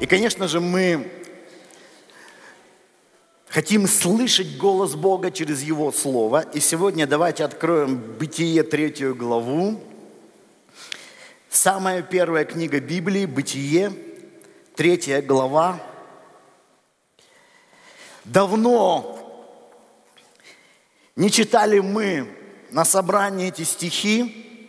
И, конечно же, мы хотим слышать голос Бога через Его Слово. И сегодня давайте откроем Бытие 3 главу. Самая первая книга Библии, Бытие, 3 глава. Давно не читали мы на собрании эти стихи,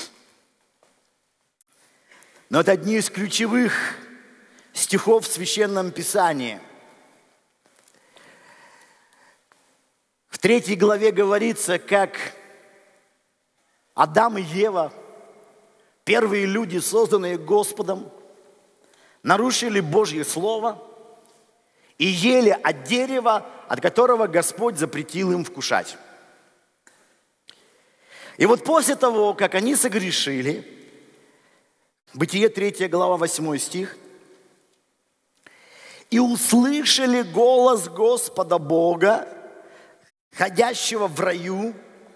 но это одни из ключевых стихов в Священном Писании. В 3 главе говорится, как Адам и Ева, первые люди, созданные Господом, нарушили Божье Слово и ели от дерева, от которого Господь запретил им вкушать. И вот после того, как они согрешили, Бытие 3 глава 8 стих, «И услышали голос Господа Бога, ходящего в раю,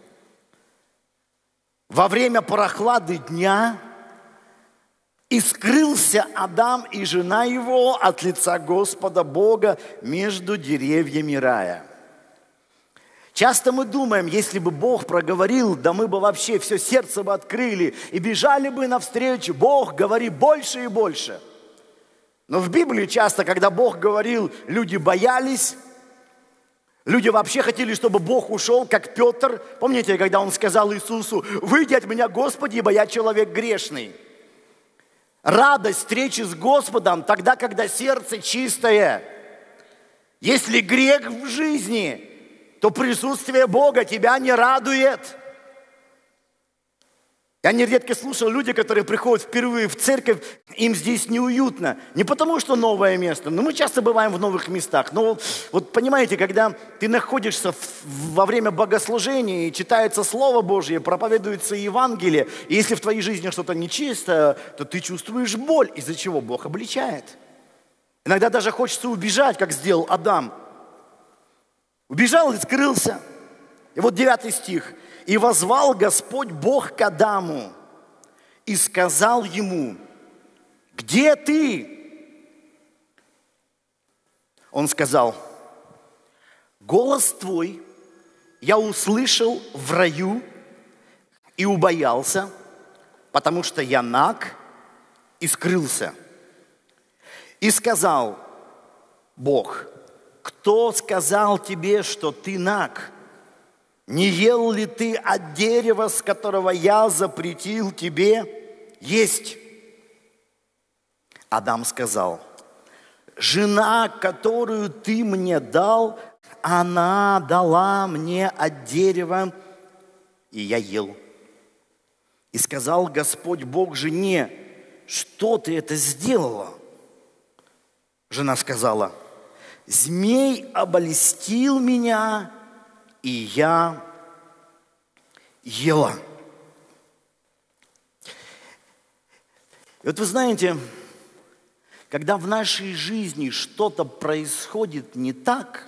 во время прохлады дня, и скрылся Адам и жена его от лица Господа Бога между деревьями рая». Часто мы думаем, если бы Бог проговорил, да мы бы вообще все сердце бы открыли и бежали бы навстречу. Бог, говори больше и больше. Но в Библии часто, когда Бог говорил, люди боялись, люди вообще хотели, чтобы Бог ушел, как Петр. Помните, когда он сказал Иисусу: «Выйди от меня, Господи, ибо я человек грешный». Радость встречи с Господом тогда, когда сердце чистое. Если грех в жизни, то присутствие Бога тебя не радует. Я нередко слушал люди, которые приходят впервые в церковь, им здесь неуютно. Не потому, что новое место, но мы часто бываем в новых местах. Но вот понимаете, когда ты находишься во время богослужения и читается Слово Божье, проповедуется Евангелие, и если в твоей жизни что-то нечисто, то ты чувствуешь боль, из-за чего Бог обличает. Иногда даже хочется убежать, как сделал Адам. Убежал и скрылся. И вот 9 стих. «И воззвал Господь Бог к Адаму и сказал ему: где ты?» Он сказал: голос твой я услышал в раю и убоялся, потому что я наг и скрылся. И сказал Бог: кто сказал тебе, что ты наг? Не ел ли ты от дерева, с которого я запретил тебе есть? Адам сказал: жена, которую ты мне дал, она дала мне от дерева, и я ел. И сказал Господь Бог жене: что ты это сделала? Жена сказала: змей обольстил меня, и я ела. И вот вы знаете, когда в нашей жизни что-то происходит не так,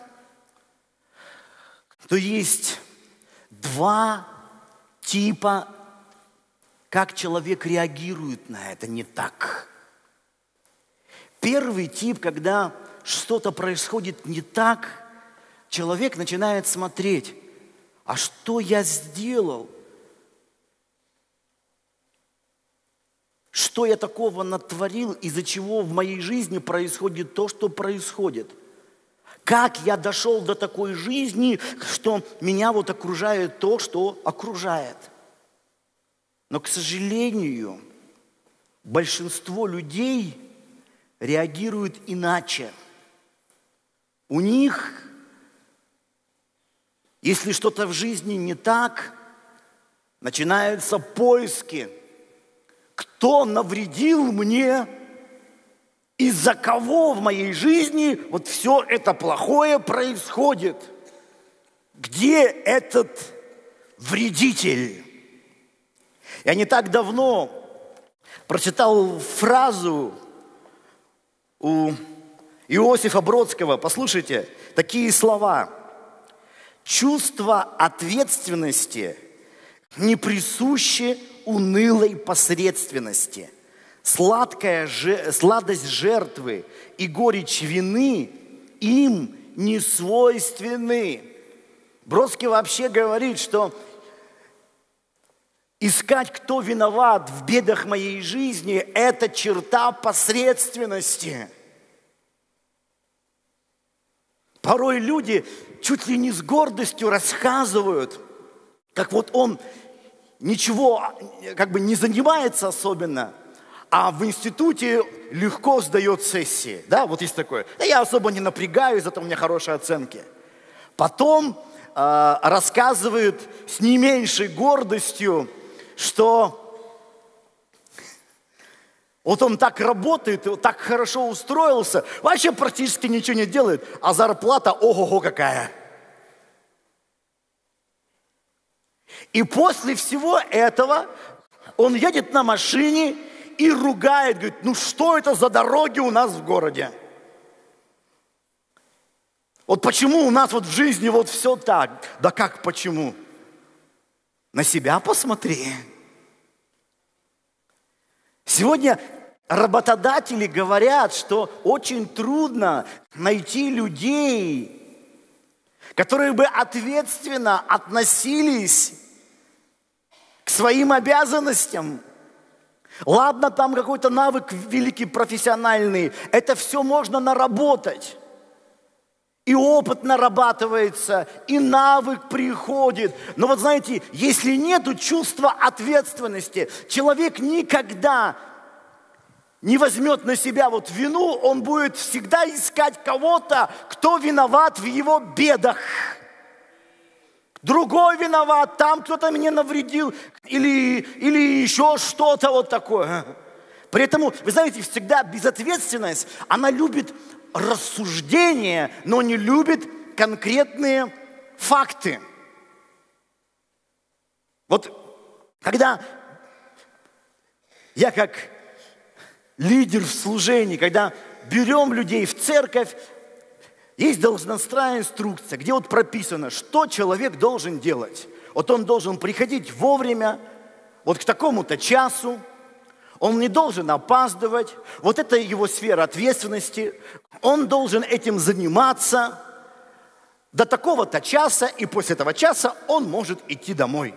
то есть два типа, как человек реагирует на это не так. Первый тип, когда что-то происходит не так, человек начинает смотреть: а что я сделал? Что я такого натворил, из-за чего в моей жизни происходит то, что происходит? Как я дошел до такой жизни, что меня вот окружает то, что окружает? Но, к сожалению, большинство людей реагируют иначе. У них, если что-то в жизни не так, начинаются поиски. Кто навредил мне? Из-за кого в моей жизни вот все это плохое происходит? Где этот вредитель? Я не так давно прочитал фразу у Иосифа Бродского. Послушайте, такие слова. Чувство ответственности не присуще унылой посредственности. сладость жертвы и горечь вины им не свойственны. Бродский вообще говорит, что искать, кто виноват в бедах моей жизни, это черта посредственности. Порой люди чуть ли не с гордостью рассказывают, как вот он ничего как бы не занимается особенно, а в институте легко сдает сессии. Да, вот есть такое. Да я особо не напрягаюсь, зато у меня хорошие оценки. Потом рассказывают с не меньшей гордостью, что вот он так работает, так хорошо устроился, вообще практически ничего не делает, а зарплата ого-го какая. И после всего этого он едет на машине и ругает, говорит, ну что это за дороги у нас в городе? Вот почему у нас вот в жизни вот все так? Да как почему? На себя посмотри. Сегодня работодатели говорят, что очень трудно найти людей, которые бы ответственно относились к своим обязанностям. Ладно, там какой-то навык великий профессиональный, это все можно наработать. И опыт нарабатывается, и навык приходит. Но вот знаете, если нету чувства ответственности, человек никогда не возьмет на себя вот вину, он будет всегда искать кого-то, кто виноват в его бедах. Другой виноват, там кто-то мне навредил, или еще что-то вот такое. При этом, вы знаете, всегда безответственность, она любит рассуждения, но не любит конкретные факты. Вот когда я как лидер в служении, когда берем людей в церковь, есть должностная инструкция, где вот прописано, что человек должен делать. Вот он должен приходить вовремя, вот к такому-то часу, он не должен опаздывать, вот это его сфера ответственности, он должен этим заниматься до такого-то часа, и после этого часа он может идти домой.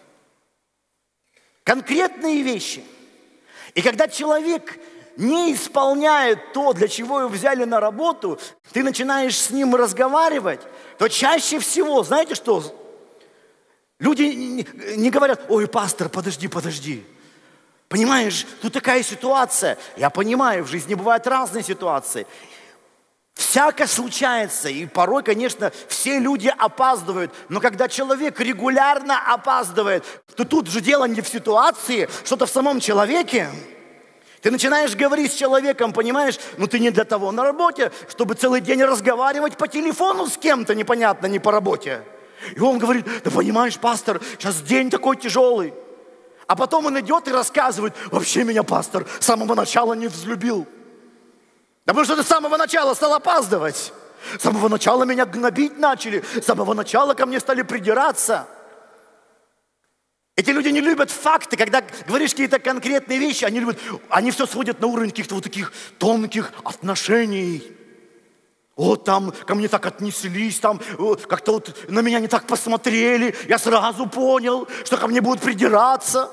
Конкретные вещи. И когда человек не исполняет то, для чего его взяли на работу, ты начинаешь с ним разговаривать, то чаще всего, знаете что, люди не говорят, ой, пастор, подожди. Понимаешь, тут такая ситуация. Я понимаю, в жизни бывают разные ситуации. Всякое случается, и порой, конечно, все люди опаздывают. Но когда человек регулярно опаздывает, то тут же дело не в ситуации, что-то в самом человеке. Ты начинаешь говорить с человеком, понимаешь, ну ты не для того на работе, чтобы целый день разговаривать по телефону с кем-то непонятно, не по работе. И он говорит, да понимаешь, пастор, сейчас день такой тяжелый. А потом он идет и рассказывает, вообще меня пастор с самого начала не взлюбил. Да потому что ты с самого начала стал опаздывать. С самого начала меня гнобить начали. С самого начала ко мне стали придираться. Эти люди не любят факты, когда говоришь какие-то конкретные вещи, они все сводят на уровень каких-то вот таких тонких отношений. Вот там ко мне так отнеслись, там как-то вот на меня не так посмотрели, я сразу понял, что ко мне будут придираться.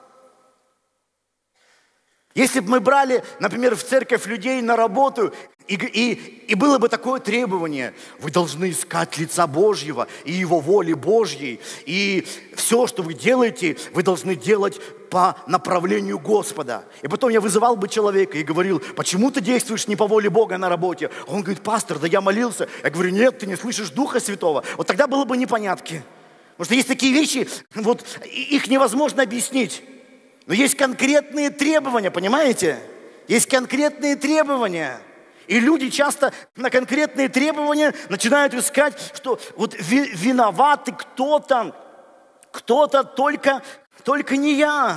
Если бы мы брали, например, в церковь людей на работу, и было бы такое требование, вы должны искать лица Божьего и Его воли Божьей, и все, что вы делаете, вы должны делать по направлению Господа. И потом я вызывал бы человека и говорил, почему ты действуешь не по воле Бога на работе? Он говорит, пастор, да я молился. Я говорю, нет, ты не слышишь Духа Святого. Вот тогда было бы непонятки. Потому что есть такие вещи, вот их невозможно объяснить. Но есть конкретные требования, понимаете? Есть конкретные требования. И люди часто на конкретные требования начинают искать, что вот виноваты кто-то только не я.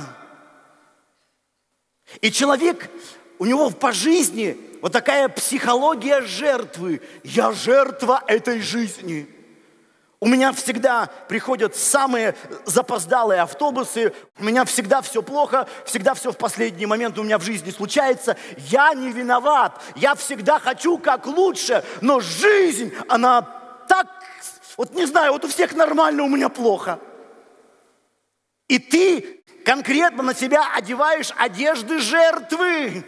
И человек, у него по жизни вот такая психология жертвы. Я жертва этой жизни. У меня всегда приходят самые запоздалые автобусы, у меня всегда все плохо, всегда все в последний момент у меня в жизни случается. Я не виноват, я всегда хочу как лучше, но жизнь, она так, вот не знаю, вот у всех нормально, у меня плохо. И ты конкретно на себя одеваешь одежды жертвы.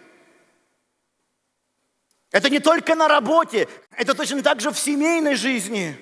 Это не только на работе, это точно так же в семейной жизни.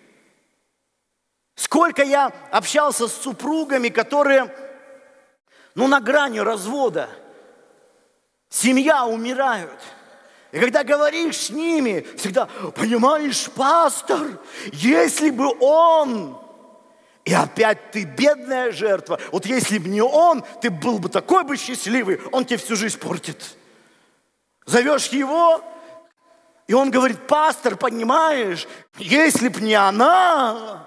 Сколько я общался с супругами, которые, на грани развода. Семья умирает. И когда говоришь с ними, всегда, понимаешь, пастор, если бы он, и опять ты бедная жертва, вот если бы не он, ты был бы такой бы счастливый, он тебе всю жизнь портит. Зовешь его, и он говорит, пастор, понимаешь, если б не она...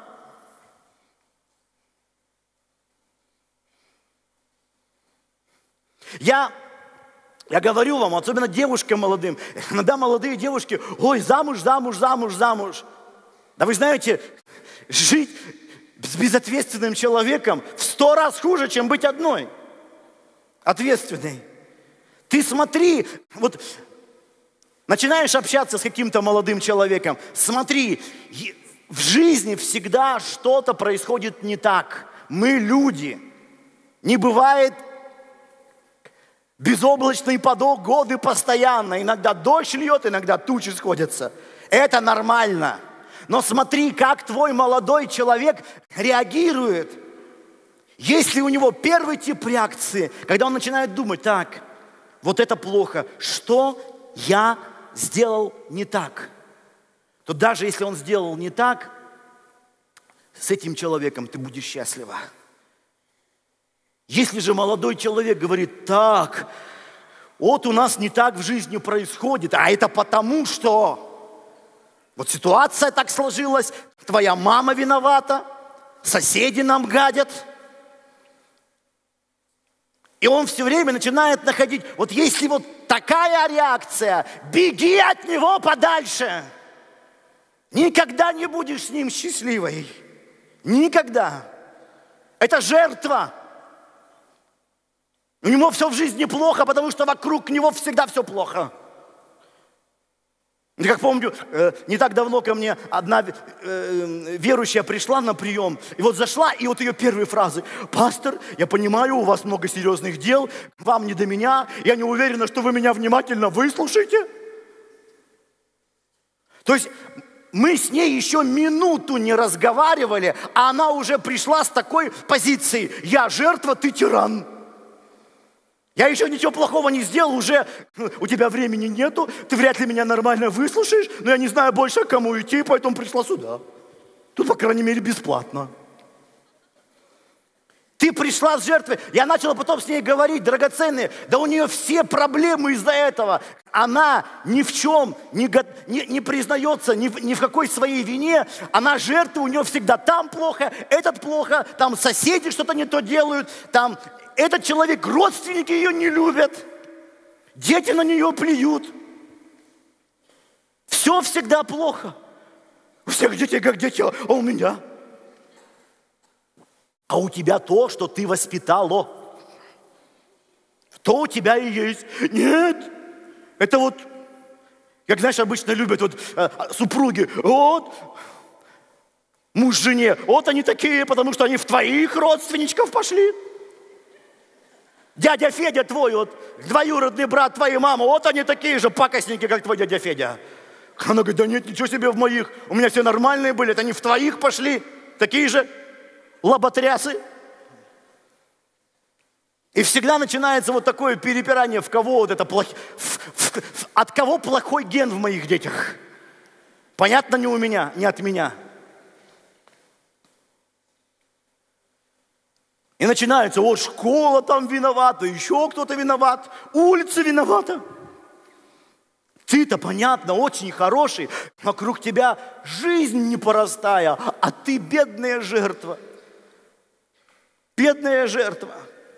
Я говорю вам, особенно девушкам молодым, иногда молодые девушки, ой, замуж. Да вы знаете, жить с безответственным человеком в 100 раз хуже, чем быть одной ответственной. Ты смотри, вот начинаешь общаться с каким-то молодым человеком, смотри, в жизни всегда что-то происходит не так. Мы люди. Не бывает безоблачный поток годы постоянно. Иногда дождь льет, иногда тучи сходятся. Это нормально. Но смотри, как твой молодой человек реагирует. Если у него первый тип реакции, когда он начинает думать, так, вот это плохо, что я сделал не так, то даже если он сделал не так, с этим человеком ты будешь счастлива. Если же молодой человек говорит, так, вот у нас не так в жизни происходит, а это потому, что вот ситуация так сложилась, твоя мама виновата, соседи нам гадят. И он все время начинает находить, вот если вот такая реакция, беги от него подальше. Никогда не будешь с ним счастливой. Никогда. Это жертва. У него все в жизни плохо, потому что вокруг него всегда все плохо. Я как помню, не так давно ко мне одна верующая пришла на прием, и вот зашла, и вот ее первые фразы. Пастор, я понимаю, у вас много серьезных дел, вам не до меня, я не уверена, что вы меня внимательно выслушаете. То есть мы с ней еще минуту не разговаривали, а она уже пришла с такой позицией. Я жертва, ты тиран. Я еще ничего плохого не сделал, уже у тебя времени нету, ты вряд ли меня нормально выслушаешь, но я не знаю больше, к кому идти, поэтому пришла сюда. Тут, по крайней мере, бесплатно. Ты пришла с жертвой. Я начала потом с ней говорить, драгоценные, да у нее все проблемы из-за этого. Она ни в чем не признается, ни в какой своей вине. Она жертва, у нее всегда там плохо, этот плохо, там соседи что-то не то делают, там этот человек, родственники ее не любят, дети на нее плюют. Все всегда плохо. У всех детей как дети, а у меня... А у тебя то, что ты воспитала. То у тебя и есть. Нет. Это вот, как, знаешь, обычно любят вот супруги. Вот, муж жене. Вот они такие, потому что они в твоих родственничков пошли. Дядя Федя твой, вот, двоюродный брат твоей мамы. Вот они такие же пакостники, как твой дядя Федя. Она говорит, да нет, ничего себе в моих. У меня все нормальные были, это они в твоих пошли. Такие же. Лоботрясы. И всегда начинается вот такое перепирание, в кого вот это от кого плохой ген в моих детях. Понятно, не у меня, не от меня. И начинается, вот школа там виновата, еще кто-то виноват, улица виновата. Ты-то, понятно, очень хороший, вокруг тебя жизнь непростая, а ты бедная жертва. Бедная жертва.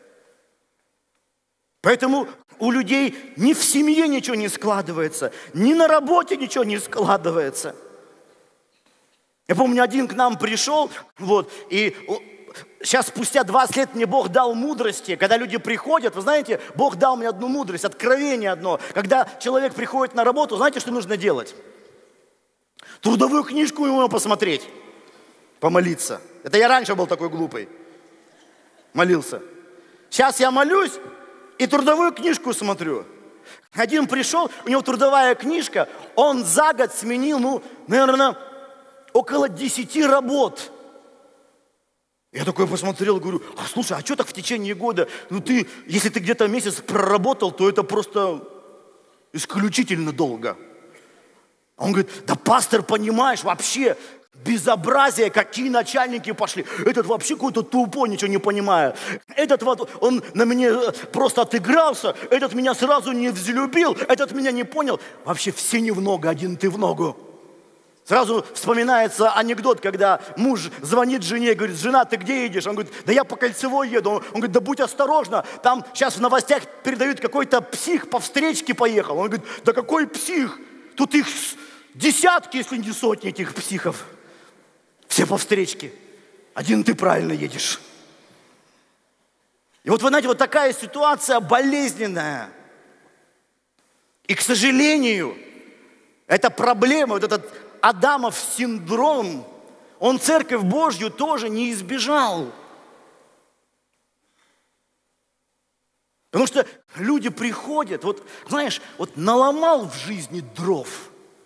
Поэтому у людей ни в семье ничего не складывается, ни на работе ничего не складывается. Я помню, один к нам пришел, и сейчас спустя 20 лет мне Бог дал мудрости. Когда люди приходят, вы знаете, Бог дал мне одну мудрость, откровение одно. Когда человек приходит на работу, знаете, что нужно делать? Трудовую книжку ему посмотреть, помолиться. Это я раньше был такой глупый. Молился. Сейчас я молюсь и трудовую книжку смотрю. Один пришел, у него трудовая книжка, он за год сменил, наверное, около 10 работ. Я такой посмотрел, говорю, слушай, а что так в течение года? Если ты где-то месяц проработал, то это просто исключительно долго. Он говорит, да пастор, понимаешь, вообще безобразие, какие начальники пошли. Этот вообще какой-то тупой, ничего не понимая. Этот он на меня просто отыгрался, этот меня сразу не взлюбил, этот меня не понял. Вообще все не в ногу, один ты в ногу. Сразу вспоминается анекдот, когда муж звонит жене и говорит, жена, ты где едешь? Он говорит, да я по Кольцевой еду. Он говорит, да будь осторожна, там сейчас в новостях передают, какой-то псих по встречке поехал. Он говорит, да какой псих? Тут их десятки, если не сотни этих психов. Все по встречке. Один ты правильно едешь. И вот вы знаете, вот такая ситуация болезненная. И, к сожалению, эта проблема, вот этот Адамов синдром, он Церковь Божью тоже не избежал. Потому что люди приходят, знаешь, наломал в жизни дров.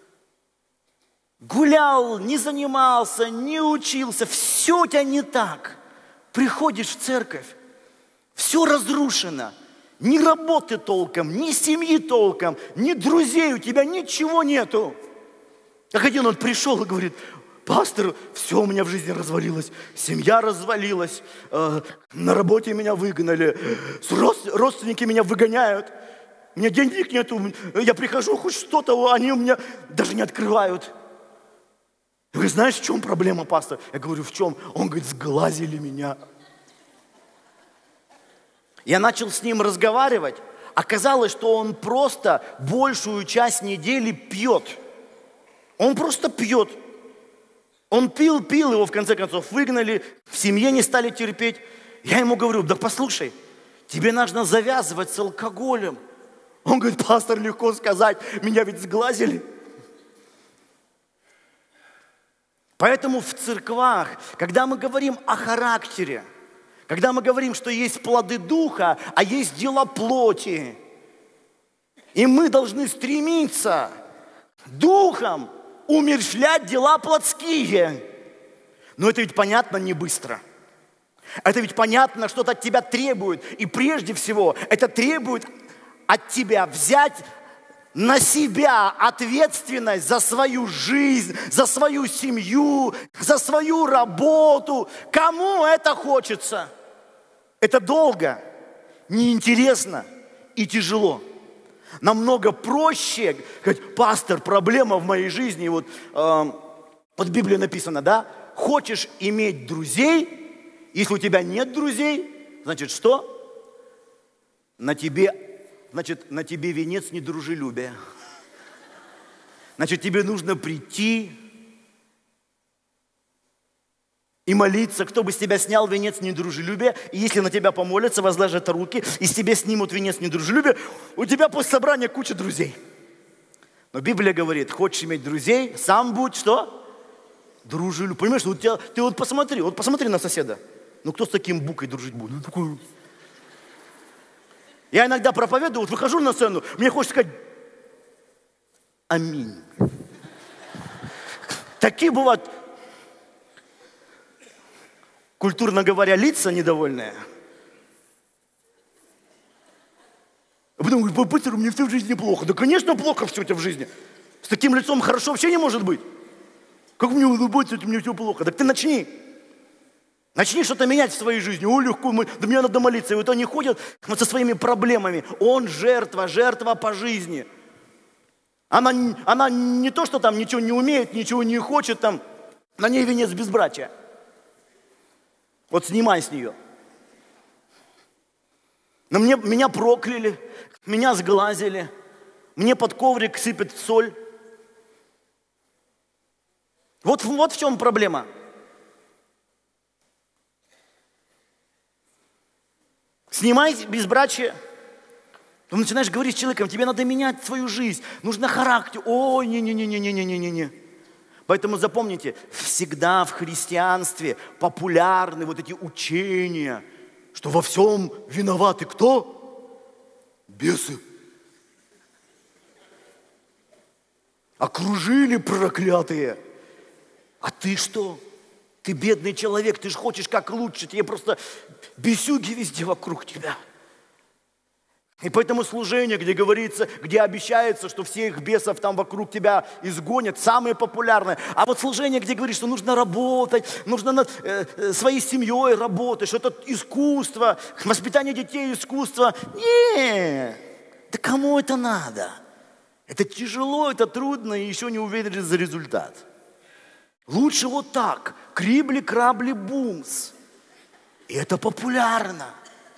Гулял, не занимался, не учился, все у тебя не так. Приходишь в церковь, все разрушено. Ни работы толком, ни семьи толком, ни друзей, у тебя ничего нету. Как один он пришел и говорит, пастор, все у меня в жизни развалилось, семья развалилась, на работе меня выгнали, родственники меня выгоняют, у меня денег нету, я прихожу, хоть что-то, они у меня даже не открывают. Я говорю, знаешь, в чем проблема, пастор? Я говорю, в чем? Он говорит, сглазили меня. Я начал с ним разговаривать. Оказалось, что он просто большую часть недели пьет. Он просто пьет. Он пил, его в конце концов выгнали, в семье не стали терпеть. Я ему говорю, да послушай, тебе нужно завязывать с алкоголем. Он говорит, пастор, легко сказать, меня ведь сглазили. Поэтому в церквах, когда мы говорим о характере, когда мы говорим, что есть плоды духа, а есть дела плоти, и мы должны стремиться духом умерщвлять дела плотские. Но это ведь понятно не быстро. Это ведь понятно, что-то от тебя требует. И прежде всего, это требует от тебя взять на себя ответственность за свою жизнь, за свою семью, за свою работу. Кому это хочется? Это долго, неинтересно и тяжело. Намного проще сказать, пастор, проблема в моей жизни. Вот в Библии написано, да? Хочешь иметь друзей, если у тебя нет друзей, значит что? На тебе венец недружелюбия. Значит, тебе нужно прийти и молиться, кто бы с тебя снял венец недружелюбия, и если на тебя помолятся, возложат руки, и с тебя снимут венец недружелюбия, у тебя после собрания куча друзей. Но Библия говорит, хочешь иметь друзей, сам будь что? Дружелюб. Понимаешь, ты посмотри на соседа. Ну кто с таким букой дружить будет? Я иногда проповедую, выхожу на сцену, мне хочется сказать аминь. Такие бывают, культурно говоря, лица недовольные. А потом говорю, пастор, у меня все в жизни плохо. Да, конечно, плохо все у тебя в жизни. С таким лицом хорошо вообще не может быть. Как мне улыбаться, у меня все плохо. Так ты начни. Начни что-то менять в своей жизни. О, легко, да мне надо молиться. И вот они ходят со своими проблемами. Он жертва по жизни. Она не то, что там ничего не умеет, ничего не хочет, там, на ней венец безбрачия. Вот снимай с нее. Но меня прокляли, меня сглазили, мне под коврик сыпят соль. Вот в чем проблема. Снимай безбрачие. Ты начинаешь говорить с человеком, тебе надо менять свою жизнь, нужно характер. Ой, не-не-не-не-не-не-не-не. Поэтому запомните, всегда в христианстве популярны вот эти учения, что во всем виноваты кто? Бесы. Окружили проклятые. А ты что? Ты бедный человек, ты же хочешь как лучше, тебе просто бесюги везде вокруг тебя. И поэтому служение, где говорится, где обещается, что всех бесов там вокруг тебя изгонят, самые популярные. А вот служение, где говорит, что нужно работать, нужно над своей семьей работать, что это искусство, воспитание детей искусство. Нет, да кому это надо? Это тяжело, это трудно и еще не уверены за результат. Лучше вот так, крибли, крабли, бумс. И это популярно.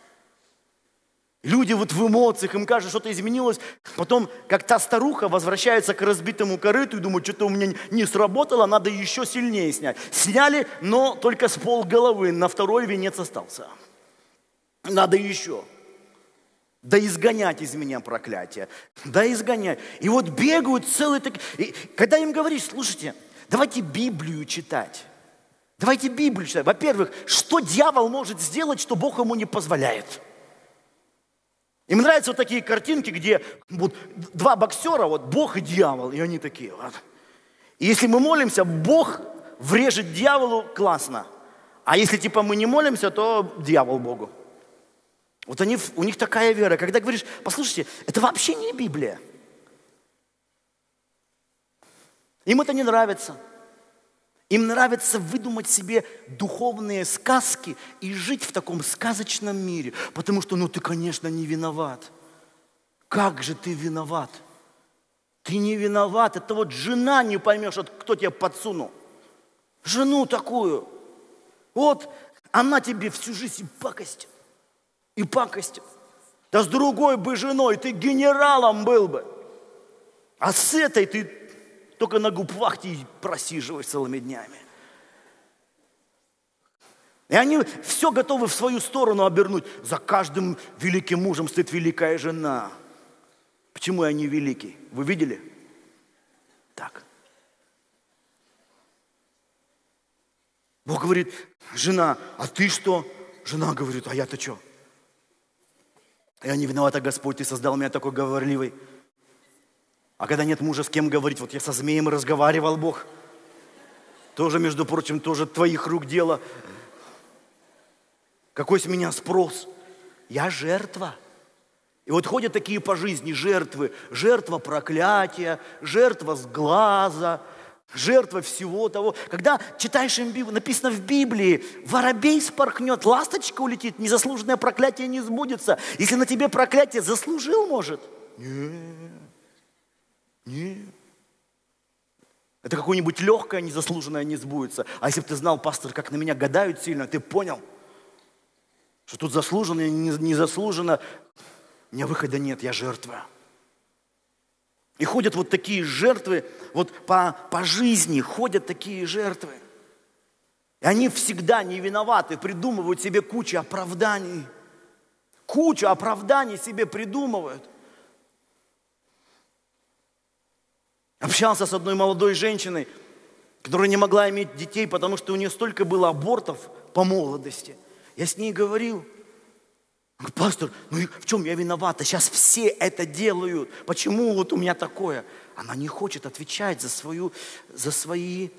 Люди вот в эмоциях, им кажется, что-то изменилось. Потом, как та старуха возвращается к разбитому корыту и думает, что-то у меня не сработало, надо еще сильнее снять. Сняли, но только с полголовы, на второй венец остался. Надо еще. Да изгонять из меня проклятие. Да изгонять. И вот бегают целые такие. И когда им говоришь, слушайте, давайте Библию читать. Давайте Библию читать. Во-первых, что дьявол может сделать, что Бог ему не позволяет? Им нравятся вот такие картинки, где вот два боксера, вот Бог и дьявол, и они такие вот. И если мы молимся, Бог врежет дьяволу, классно. А если типа мы не молимся, то дьявол Богу. Вот у них такая вера. Когда говоришь, послушайте, это вообще не Библия. Им это не нравится. Им нравится выдумать себе духовные сказки и жить в таком сказочном мире. Потому что, ты, конечно, не виноват. Как же ты виноват? Ты не виноват. Это вот жена не поймешь, кто тебе подсунул. Жену такую. Вот она тебе всю жизнь и пакостит. И пакостит. Да с другой бы женой ты генералом был бы. А с этой ты только на губвахте просиживаешь целыми днями. И они все готовы в свою сторону обернуть. За каждым великим мужем стоит великая жена. Почему я не великий? Вы видели? Так. Бог говорит, жена, а ты что? Жена говорит, а я-то что? Я не виновата, Господь, ты создал меня такой говорливый. А когда нет мужа, с кем говорить? Вот я со змеем разговаривал, Бог. Тоже, между прочим, тоже твоих рук дело. Какой с меня спрос? Я жертва. И вот ходят такие по жизни жертвы. Жертва проклятия, жертва сглаза, жертва всего того. Когда читаешь им Библию, написано в Библии, воробей спорхнет, ласточка улетит, незаслуженное проклятие не сбудется. Если на тебе проклятие заслужил, может? Нет. Это какое-нибудь легкое, незаслуженное не сбудется. А если бы ты знал, пастор, как на меня гадают сильно, ты понял, что тут заслуженно и незаслуженно. У меня выхода нет, я жертва. И ходят вот такие жертвы, вот по жизни ходят такие жертвы. И они всегда не виноваты, придумывают себе кучу оправданий. Кучу оправданий себе придумывают. Общался с одной молодой женщиной, которая не могла иметь детей, потому что у нее столько было абортов по молодости. Я с ней говорил, пастор, в чем я виновата? Сейчас все это делают. Почему вот у меня такое? Она не хочет отвечать за свои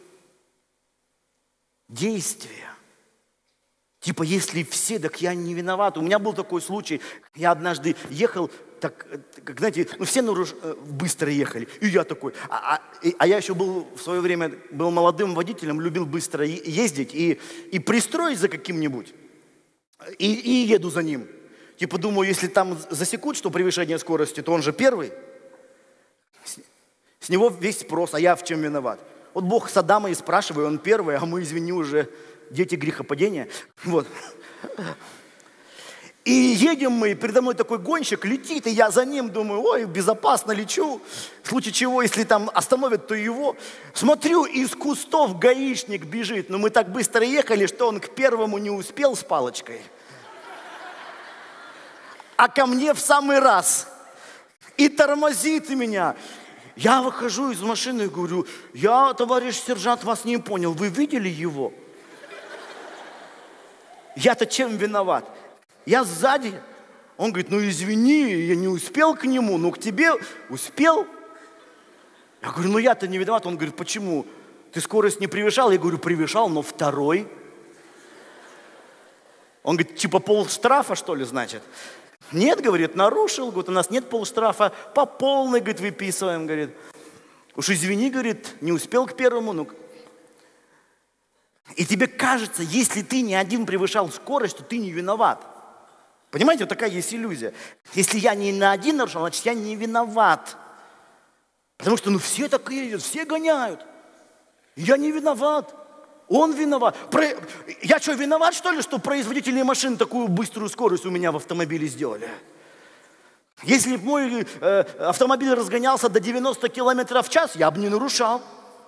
действия. Типа, если все, так я не виноват. У меня был такой случай. Я однажды ехал, так, как, знаете, все быстро ехали. И я такой. А я еще был в свое время был молодым водителем, любил быстро ездить и пристроить за каким-нибудь. И еду за ним. Типа, думаю, если там засекут, что превышение скорости, то он же первый. С него весь спрос, а я в чем виноват? Вот Бог с Адама и спрашивает, он первый, а мы, извини, уже дети грехопадения. Вот. И едем мы, и передо мной такой гонщик летит, и я за ним думаю, ой, безопасно лечу. В случае чего, если там остановят, то его. Смотрю, из кустов гаишник бежит. Но мы так быстро ехали, что он к первому не успел с палочкой. А ко мне в самый раз. И тормозит меня. Я выхожу из машины и говорю, я, товарищ сержант, вас не понял, вы видели его? Я-то чем виноват? Я сзади. Он говорит, ну извини, я не успел к нему, но к тебе успел. Я говорю, ну я-то не виноват. Он говорит, почему? Ты скорость не превышал? Я говорю, превышал, но второй. Он говорит, типа полштрафа, что ли, значит? Нет, говорит, нарушил. Говорит, у нас нет полштрафа, по полной, говорит, выписываем, говорит. Уж извини, говорит, не успел к первому, ну. И тебе кажется, если ты не один превышал скорость, то ты не виноват. Понимаете, вот такая есть иллюзия. Если я не на один нарушал, значит, я не виноват. Потому что, ну, все так ездят, все гоняют. Я не виноват. Он виноват. Я что, виноват, что ли, что производители машин такую быструю скорость у меня в автомобиле сделали? Если бы мой автомобиль разгонялся до 90 километров в час, я бы не нарушал.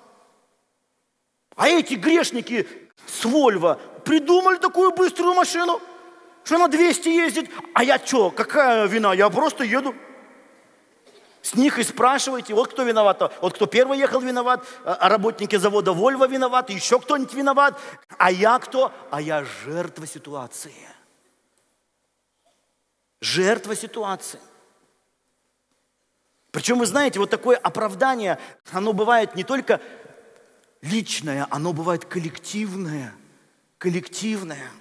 А эти грешники с Вольво придумали такую быструю машину, что на 200 ездит. А я что, какая вина? Я просто еду. С них и спрашивайте, вот кто виноват. Вот кто первый ехал виноват, а работники завода Вольво виноваты, еще кто-нибудь виноват. А я кто? А я жертва ситуации. Жертва ситуации. Причем, вы знаете, вот такое оправдание, оно бывает не только личное, оно бывает коллективное. Коллективное.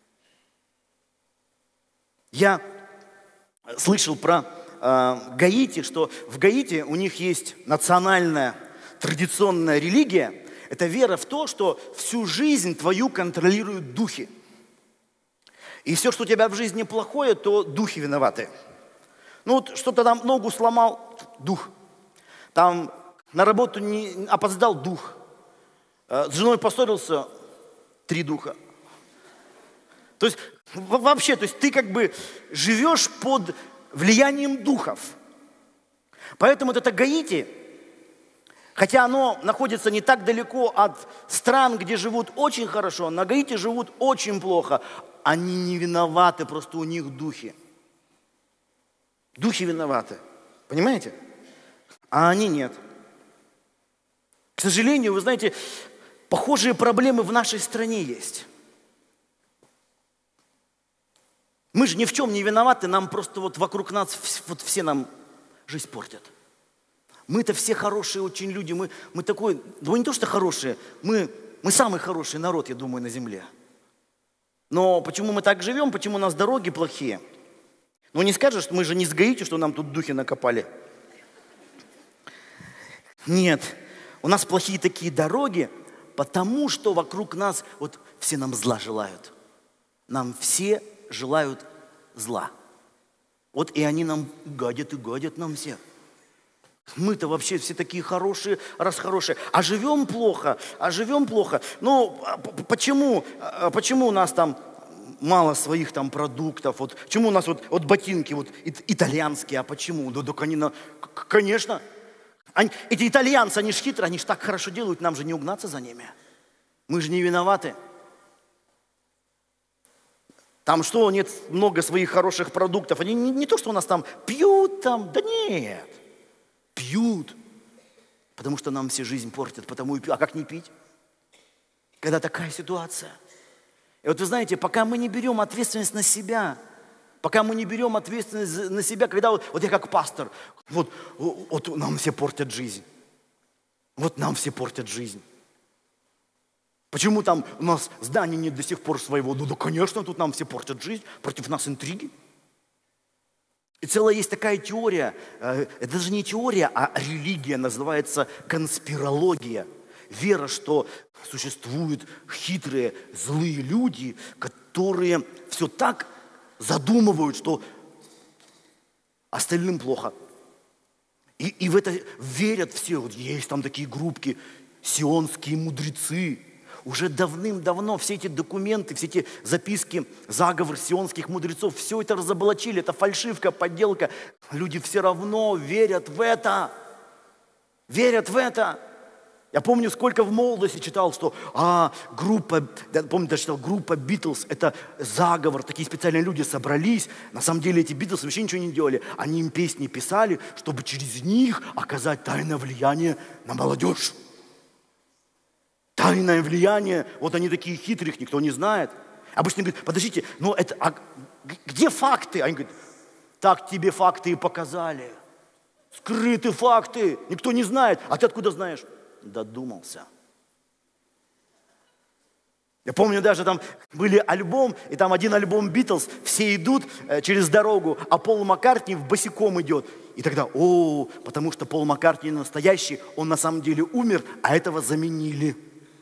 Я слышал про Гаити, что в Гаити у них есть национальная традиционная религия. Это вера в то, что всю жизнь твою контролируют духи. И все, что у тебя в жизни плохое, то духи виноваты. Ну вот что-то там ногу сломал, дух. Там на работу не опоздал, дух. С женой поссорился, 3 духа. То есть вообще, то есть ты как бы живешь под влиянием духов. Поэтому это Гаити, хотя оно находится не так далеко от стран, где живут очень хорошо, на Гаити живут очень плохо. Они не виноваты, просто у них духи. Духи виноваты. Понимаете? А они нет. К сожалению, вы знаете, похожие проблемы в нашей стране есть. Мы же ни в чем не виноваты, нам просто вот вокруг нас вот все нам жизнь портят. Мы-то все хорошие очень люди, мы такой, ну не то что хорошие, мы самый хороший народ, я думаю, на земле. Но почему мы так живем, почему у нас дороги плохие? Ну не скажешь, мы же не с Гаити, что нам тут духи накопали. Нет, у нас плохие такие дороги, потому что вокруг нас вот все нам зла желают. Нам все желают зла. Вот и они нам гадят и гадят нам все. Мы-то вообще все такие хорошие, раз хорошие. А живем плохо, Ну, почему у нас там мало своих там продуктов? Вот, почему у нас вот ботинки вот итальянские? А почему? Да так они, конечно. Эти итальянцы, они ж хитрые, они ж так хорошо делают, нам же не угнаться за ними. Мы же не виноваты. Там что, нет много своих хороших продуктов. Они не то, что у нас там пьют там, да нет. Пьют, потому что нам все жизнь портят, потому и пьют. А как не пить, когда такая ситуация? И вот вы знаете, пока мы не берем ответственность на себя, пока мы не берем ответственность на себя, когда вот я как пастор, вот нам все портят жизнь. Вот нам все портят жизнь. Почему там у нас здание нет до сих пор своего? Ну да, конечно, тут нам все портят жизнь, против нас интриги. И целая есть такая теория, это даже не теория, а религия, называется конспирология. Вера, что существуют хитрые, злые люди, которые все так задумывают, что остальным плохо. И в это верят все. Вот есть там такие группки, сионские мудрецы. Уже давным-давно все эти документы, все эти записки, заговор сионских мудрецов, все это разоблачили, это фальшивка, подделка. Люди все равно верят в это. Верят в это. Я помню, сколько в молодости читал, что группа, я помню, даже читал, группа Битлз, это заговор, такие специальные люди собрались. На самом деле эти Битлз вообще ничего не делали. Они им песни писали, чтобы через них оказать тайное влияние на молодежь. Тайное влияние, вот они такие хитрые, их никто не знает. Обычно говорят, подождите, но это, где факты? Они говорят, так тебе факты и показали. Скрыты факты, никто не знает. А ты откуда знаешь? Додумался. Я помню, даже там были альбом, и там один альбом Битлз, все идут через дорогу, а Пол Маккартни босиком идет. И тогда, потому что Пол Маккартни настоящий, он на самом деле умер, а этого заменили.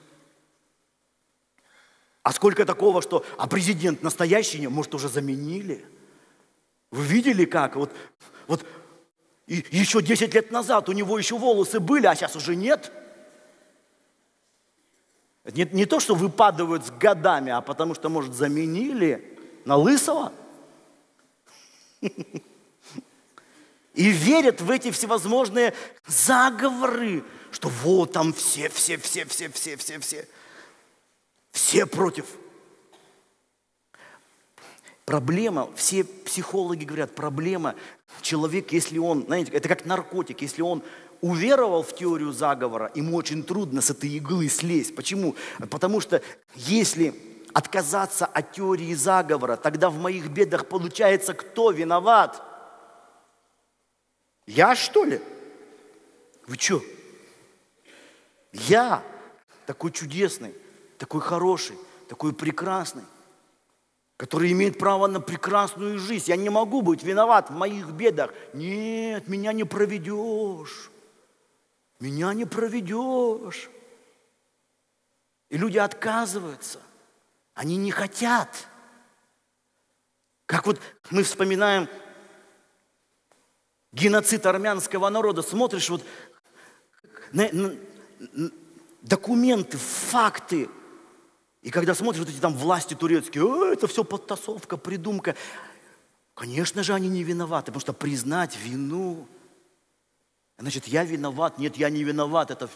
А сколько такого, что, президент настоящий, может, уже заменили? Вы видели как? Вот и еще 10 лет назад у него еще волосы были, а сейчас уже нет. Не то, что выпадают с годами, а потому что, может, заменили на лысого. И верят в эти всевозможные заговоры, что вот там все против. Проблема, все психологи говорят, проблема, человек, если он, знаете, это как наркотик, если он уверовал в теорию заговора, ему очень трудно с этой иглы слезть. Почему? Потому что если отказаться от теории заговора, тогда в моих бедах получается, кто виноват? Я, что ли? Вы что? Я такой чудесный, такой хороший, такой прекрасный, который имеет право на прекрасную жизнь. Я не могу быть виноват в моих бедах. Нет, меня не проведешь. Меня не проведешь. И люди отказываются. Они не хотят. Как вот мы вспоминаем геноцид армянского народа. Смотришь вот на документы, факты. И когда смотришь вот эти там власти турецкие, это все подтасовка, придумка. Конечно же, они не виноваты, потому что признать вину, значит, я виноват, нет, я не виноват. Это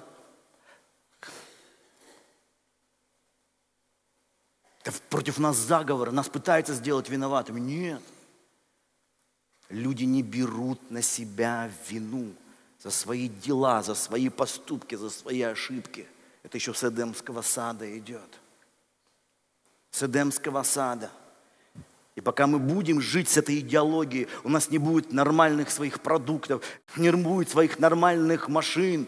против нас заговор, нас пытаются сделать виноватыми. Нет. Люди не берут на себя вину за свои дела, за свои поступки, за свои ошибки. Это еще с Эдемского сада идет. С Эдемского сада. И пока мы будем жить с этой идеологией, у нас не будет нормальных своих продуктов, не будет своих нормальных машин.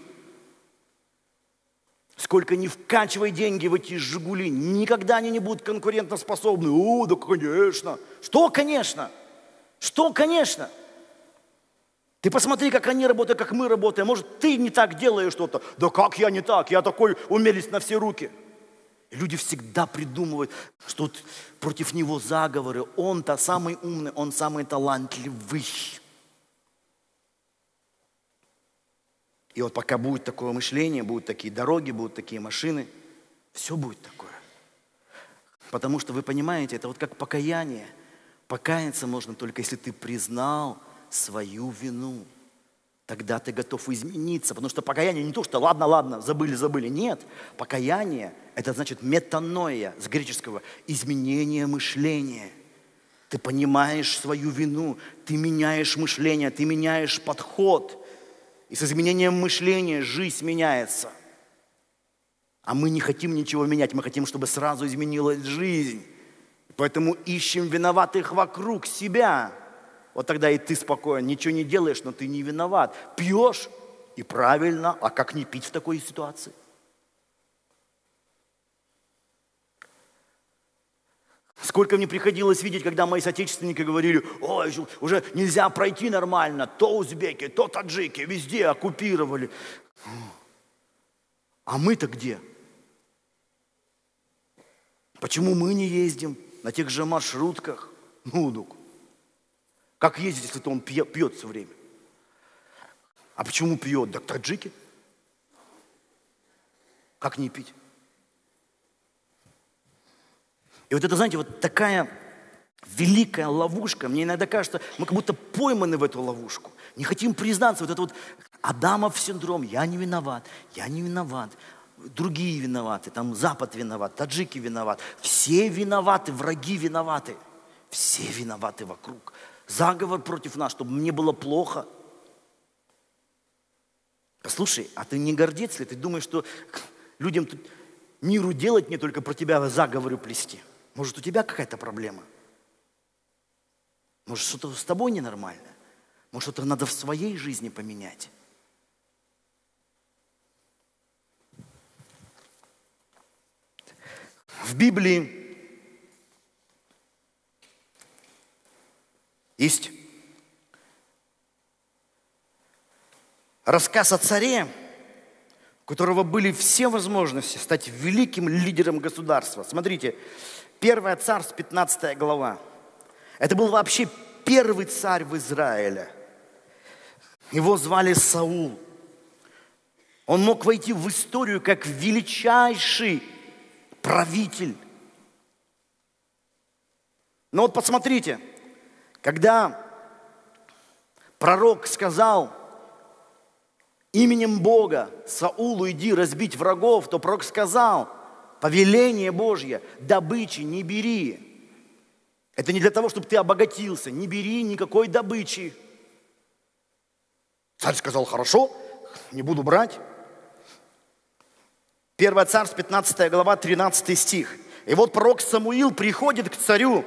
Сколько ни вкачивай деньги в эти «Жигули», никогда они не будут конкурентоспособны. Да конечно. Что конечно? Что конечно? Ты посмотри, как они работают, как мы работаем. Может, ты не так делаешь что-то. Да как я не так? Я такой умелец на все руки. И люди всегда придумывают, что против него заговоры. Он-то самый умный, он самый талантливый. И вот пока будет такое мышление, будут такие дороги, будут такие машины, все будет такое. Потому что, вы понимаете, это вот как покаяние. Покаяться можно только, если ты признал свою вину. Тогда ты готов измениться. Потому что покаяние не то, что ладно, забыли. Нет, покаяние – это значит метаноия с греческого, изменение мышления. Ты понимаешь свою вину, ты меняешь мышление, ты меняешь подход. И с изменением мышления жизнь меняется. А мы не хотим ничего менять, мы хотим, чтобы сразу изменилась жизнь. Поэтому ищем виноватых вокруг себя. Вот тогда и ты спокоен, ничего не делаешь, но ты не виноват. Пьешь, и правильно, а как не пить в такой ситуации? Сколько мне приходилось видеть, когда мои соотечественники говорили, ой, уже нельзя пройти нормально, то узбеки, то таджики, везде оккупировали. А мы-то где? Почему мы не ездим на тех же маршрутках? Как ездить, если он пьет все время? А почему пьет? Так таджики. Как не пить? И вот это, знаете, вот такая великая ловушка. Мне иногда кажется, мы как будто пойманы в эту ловушку. Не хотим признаться, вот это вот Адамов синдром. Я не виноват, другие виноваты, там Запад виноват, таджики виноват. Все виноваты, враги виноваты. Все виноваты вокруг. Заговор против нас, чтобы мне было плохо. Послушай, а ты не гордец ли? Ты думаешь, что людям тут миру делать не только про тебя заговоры плести? Может, у тебя какая-то проблема? Может, что-то с тобой ненормально? Может, что-то надо в своей жизни поменять? В Библии есть рассказ о царе, у которого были все возможности стать великим лидером государства. Смотрите, 1 Царств, 15 глава. Это был вообще первый царь в Израиле. Его звали Саул. Он мог войти в историю как величайший правитель. Но вот посмотрите, когда пророк сказал именем Бога Саулу иди разбить врагов, то пророк сказал, повеление Божье, добычи не бери. Это не для того, чтобы ты обогатился, не бери никакой добычи. Царь сказал, хорошо, не буду брать. 1 Царств, 15 глава, 13 стих. И вот пророк Самуил приходит к царю.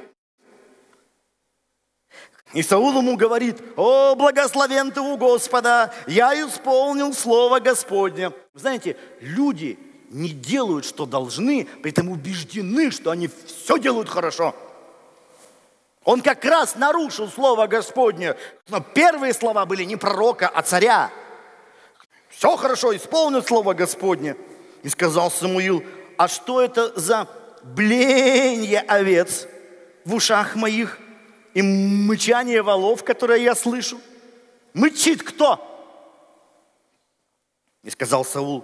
И Саул ему говорит, о, благословен ты у Господа, я исполнил слово Господне. Вы знаете, люди не делают, что должны, при этом убеждены, что они все делают хорошо. Он как раз нарушил слово Господне. Но первые слова были не пророка, а царя. Все хорошо, исполнил слово Господне. И сказал Самуил, а что это за блеяние овец в ушах моих и мычание волов, которое я слышу? Мычит кто? И сказал Саул,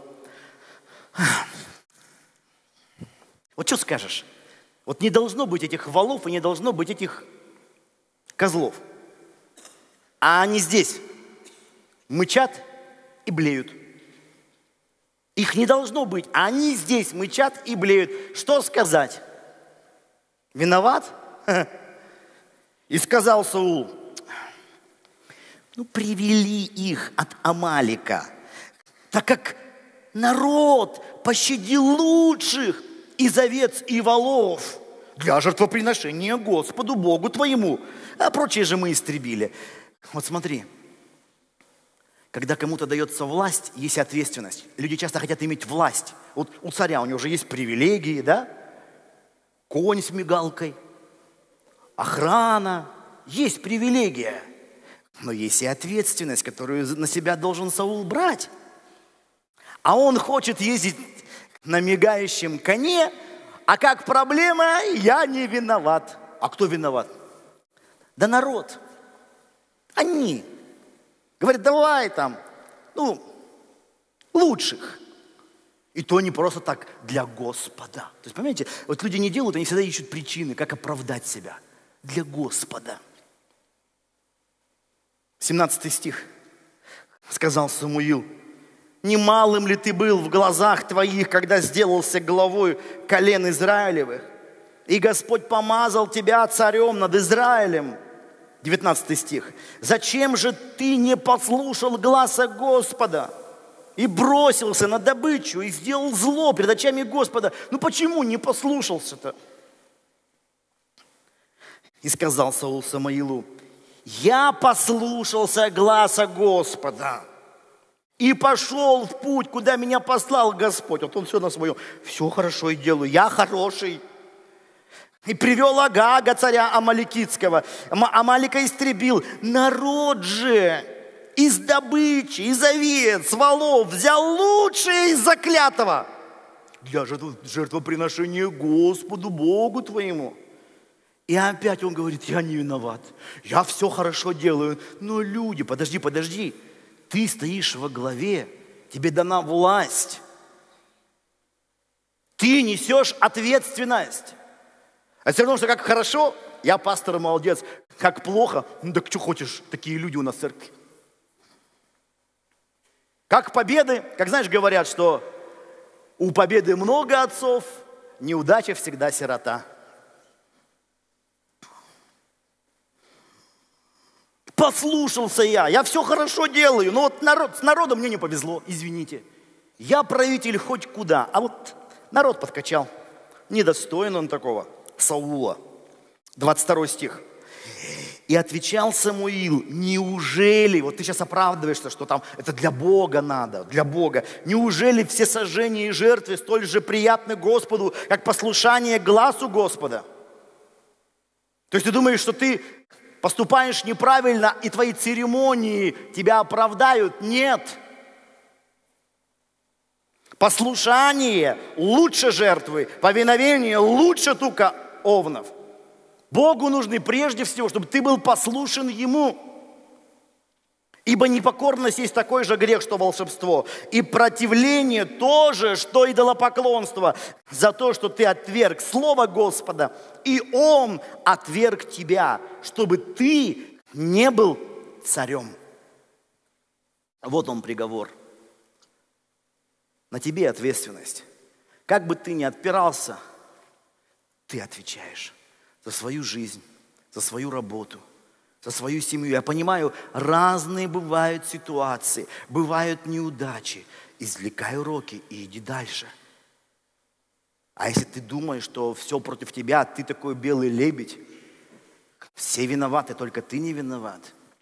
вот что скажешь? Вот не должно быть этих волов и не должно быть этих козлов. А они здесь мычат и блеют. Их не должно быть, а они здесь мычат и блеют. Что сказать? Виноват? И сказал Саул, привели их от Амалика, так как народ пощадил лучших из овец и волов для жертвоприношения Господу Богу твоему, а прочие же мы истребили. Вот смотри, когда кому-то дается власть, есть ответственность. Люди часто хотят иметь власть. Вот у царя у него уже есть привилегии, да? Конь с мигалкой, охрана, есть привилегия. Но есть и ответственность, которую на себя должен Саул брать. А он хочет ездить на мигающем коне, а как проблема, я не виноват. А кто виноват? Да народ. Они. Говорят, давай там, лучших. И то не просто так, для Господа. То есть, понимаете, вот люди не делают, они всегда ищут причины, как оправдать себя. Для Господа. 17 стих. Сказал Самуил, немалым ли ты был в глазах твоих, когда сделался главой колен Израилевых? И Господь помазал тебя царем над Израилем. 19 стих. Зачем же ты не послушал гласа Господа и бросился на добычу и сделал зло пред очами Господа? Почему не послушался-то? И сказал Саул Самуилу, я послушался гласа Господа и пошел в путь, куда меня послал Господь. Вот он все на своем, все хорошо и делаю, я хороший. И привел Агага, царя Амаликитского. Амалика истребил. Народ же из добычи, из овец, волов взял лучшее из заклятого для жертвоприношения Господу Богу твоему. И опять он говорит, я не виноват, я все хорошо делаю. Но люди, подожди, ты стоишь во главе, тебе дана власть. Ты несешь ответственность. А все равно, что как хорошо, я пастор молодец, как плохо, ну так что хочешь, такие люди у нас в церкви. Как победы, как знаешь, говорят, что у победы много отцов, неудача всегда сирота. Послушался я все хорошо делаю, но вот с народом мне не повезло, извините. Я правитель хоть куда, а вот народ подкачал. Недостоин он такого Саула. 22 стих. И отвечал Самуил: неужели, вот ты сейчас оправдываешься, что там это для Бога надо, для Бога. Неужели все сожжения и жертвы столь же приятны Господу, как послушание гласу Господа? То есть ты думаешь, что ты поступаешь неправильно, и твои церемонии тебя оправдают? Нет. Послушание лучше жертвы, повиновение лучше тука овнов. Богу нужны прежде всего, чтобы ты был послушен Ему. Ибо непокорность есть такой же грех, что волшебство. И противление тоже, что идолопоклонство. За то, что ты отверг слово Господа, и Он отверг тебя, чтобы ты не был царем. Вот он приговор. На тебе ответственность. Как бы ты ни отпирался, ты отвечаешь за свою жизнь, за свою работу, за свою семью. Я понимаю, разные бывают ситуации, бывают неудачи. Извлекай уроки и иди дальше. А если ты думаешь, что все против тебя, ты такой белый лебедь, все виноваты, только ты не виноват.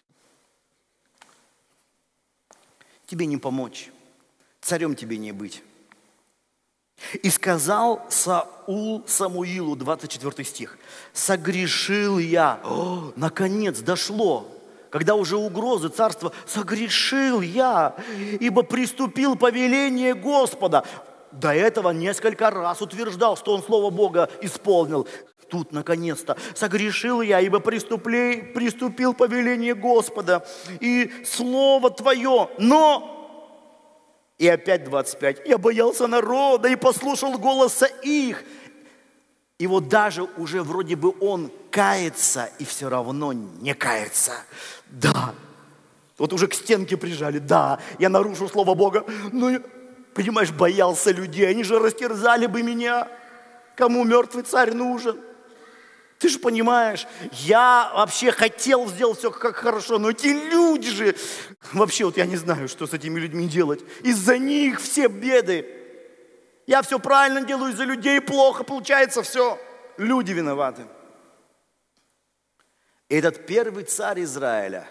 Тебе не помочь, царем тебе не быть. И сказал Саул Самуилу, 24 стих, согрешил я. Наконец дошло, когда уже угрозы царства, согрешил я, ибо приступил повеление Господа. До этого несколько раз утверждал, что он слово Бога исполнил. Тут, наконец-то, согрешил я, ибо приступил повеление Господа и слово Твое, но... И опять 25. Я боялся народа и послушал голоса их. И вот даже уже вроде бы он кается и все равно не кается. Да, вот уже к стенке прижали. Да, я нарушу слово Бога. Но, понимаешь, боялся людей. Они же растерзали бы меня. Кому мертвый царь нужен? Ты же понимаешь, я вообще хотел сделать все как хорошо, но эти люди же, вообще вот я не знаю, что с этими людьми делать. Из-за них все беды. Я все правильно делаю, из-за людей плохо получается все. Люди виноваты. И этот первый царь Израиля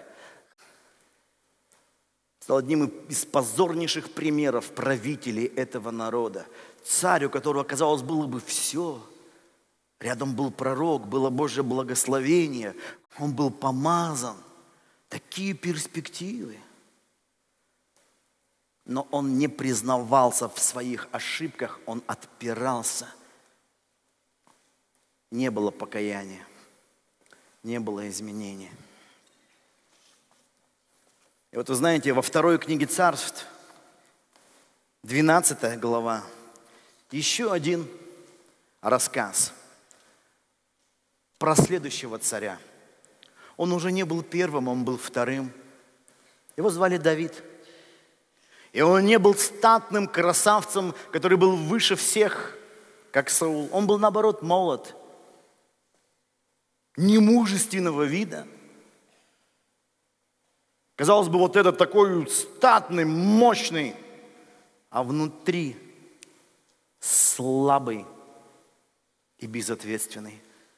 стал одним из позорнейших примеров правителей этого народа. Царь, у которого, казалось, было бы все. Рядом был пророк, было Божье благословение, он был помазан. Такие перспективы. Но он не признавался в своих ошибках, он отпирался. Не было покаяния, не было изменения. И вот вы знаете, во второй книге Царств, 12 глава, еще один рассказ про следующего царя. Он уже не был первым, он был вторым. Его звали Давид. И он не был статным красавцем, который был выше всех, как Саул. Он был, наоборот, молод, немужественного вида. Казалось бы, вот этот такой статный, мощный, а внутри слабый и безответственный.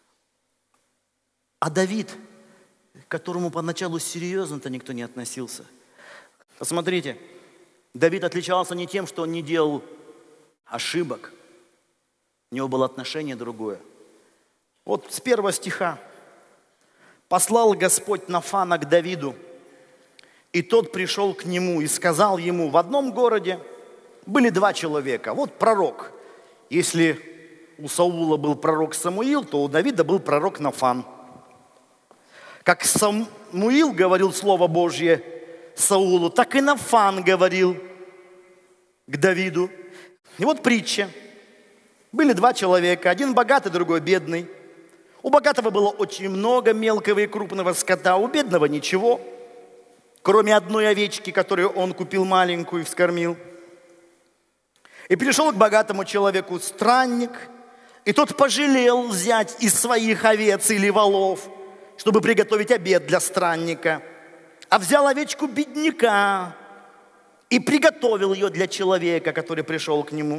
А Давид, к которому поначалу серьезно-то никто не относился. Посмотрите, Давид отличался не тем, что он не делал ошибок. У него было отношение другое. Вот с 1 стиха. «Послал Господь Нафана к Давиду, и тот пришел к нему и сказал ему, в одном городе были 2 человека. Вот пророк. Если у Саула был пророк Самуил, то у Давида был пророк Нафан. Как Самуил говорил Слово Божье Саулу, так и Нафан говорил к Давиду. И вот притча. Были 2 человека, один богатый, другой бедный. У богатого было очень много мелкого и крупного скота, у бедного ничего, кроме одной овечки, которую он купил маленькую и вскормил. И пришел к богатому человеку странник, и тот пожалел взять из своих овец или волов, чтобы приготовить обед для странника, а взял овечку бедняка и приготовил ее для человека, который пришел к нему.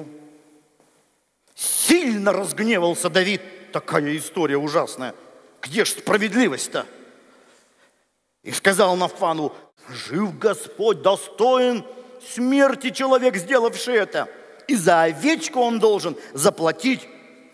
Сильно разгневался Давид. Такая история ужасная. Где ж справедливость-то? И сказал Нафану: жив Господь, достоин смерти человек, сделавший это. И за овечку он должен заплатить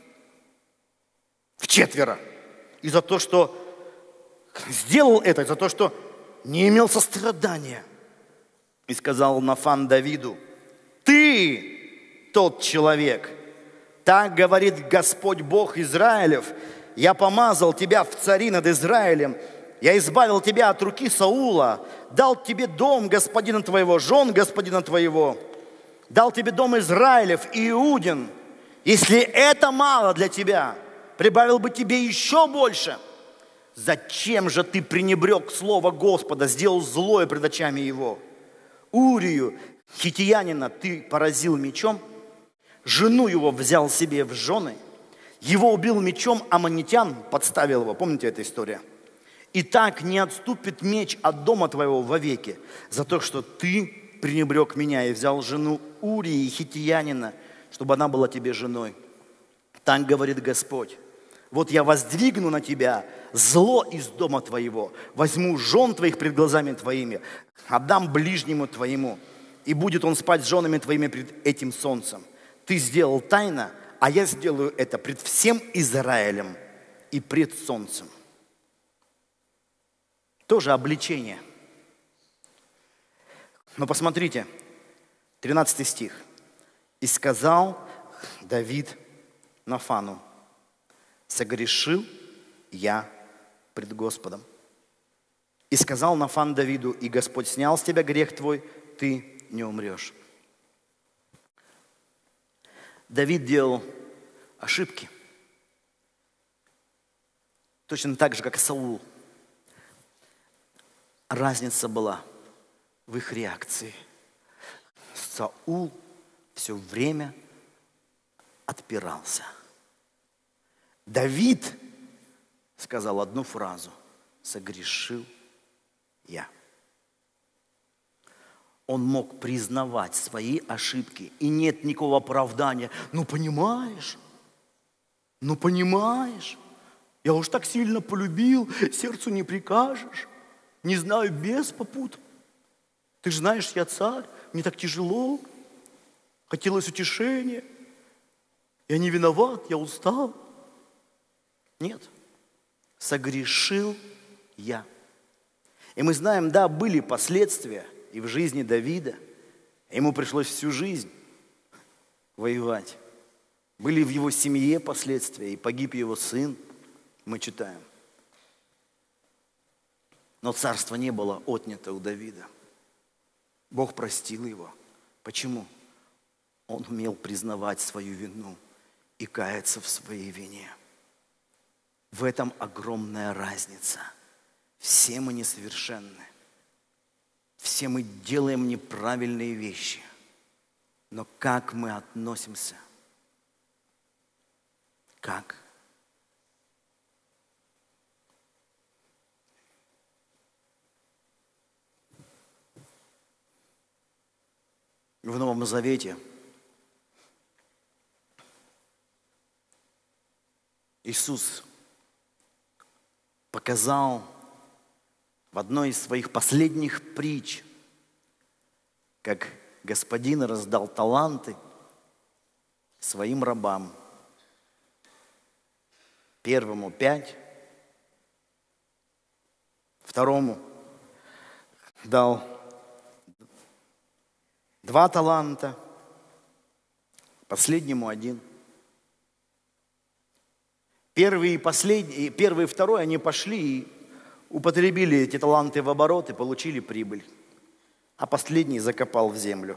вчетверо. И за то, что сделал это, за то, что не имел сострадания. И сказал Нафан Давиду: ты тот человек. Так говорит Господь Бог Израилев: я помазал тебя в цари над Израилем, я избавил тебя от руки Саула, дал тебе дом господина твоего, жен господина твоего, дал тебе дом Израилев и Иудин. Если это мало для тебя, прибавил бы тебе еще больше. Зачем же ты пренебрег слово Господа, сделал злое пред очами его? Урию, хитиянина, ты поразил мечом, жену его взял себе в жены, его убил мечом аммонитян, подставил его. Помните эту историю? И так не отступит меч от дома твоего вовеки, за то, что ты пренебрег меня и взял жену Урии, хитиянина, чтобы она была тебе женой. Так говорит Господь: вот я воздвигну на тебя зло из дома твоего, возьму жен твоих пред глазами твоими, отдам ближнему твоему, и будет он спать с женами твоими пред этим солнцем. Ты сделал тайно, а я сделаю это пред всем Израилем и пред солнцем. Тоже обличение. Но посмотрите, 13 стих. И сказал Давид Нафану: согрешил я пред Господом. И сказал Нафан Давиду: и Господь снял с тебя грех твой, ты не умрешь. Давид делал ошибки. Точно так же, как и Саул. Разница была в их реакции. Саул все время отпирался. Давид сказал одну фразу: согрешил я. Он мог признавать свои ошибки, и нет никакого оправдания. Ну понимаешь, я уж так сильно полюбил, сердцу не прикажешь, не знаю, без попут. Ты же знаешь, я царь, мне так тяжело, хотелось утешения, я не виноват, я устал. Нет, согрешил я. И мы знаем, да, были последствия и в жизни Давида. Ему пришлось всю жизнь воевать. Были в его семье последствия, и погиб его сын, мы читаем. Но царство не было отнято у Давида. Бог простил его. Почему? Он умел признавать свою вину и каяться в своей вине. В этом огромная разница. Все мы несовершенны. Все мы делаем неправильные вещи. Но как мы относимся? Как? В Новом Завете Иисус показал в одной из своих последних притч, как господин раздал таланты своим рабам. Первому 5, второму дал 2 таланта, последнему 1. Первый и второй, они пошли и употребили эти таланты в оборот и получили прибыль. А последний закопал в землю.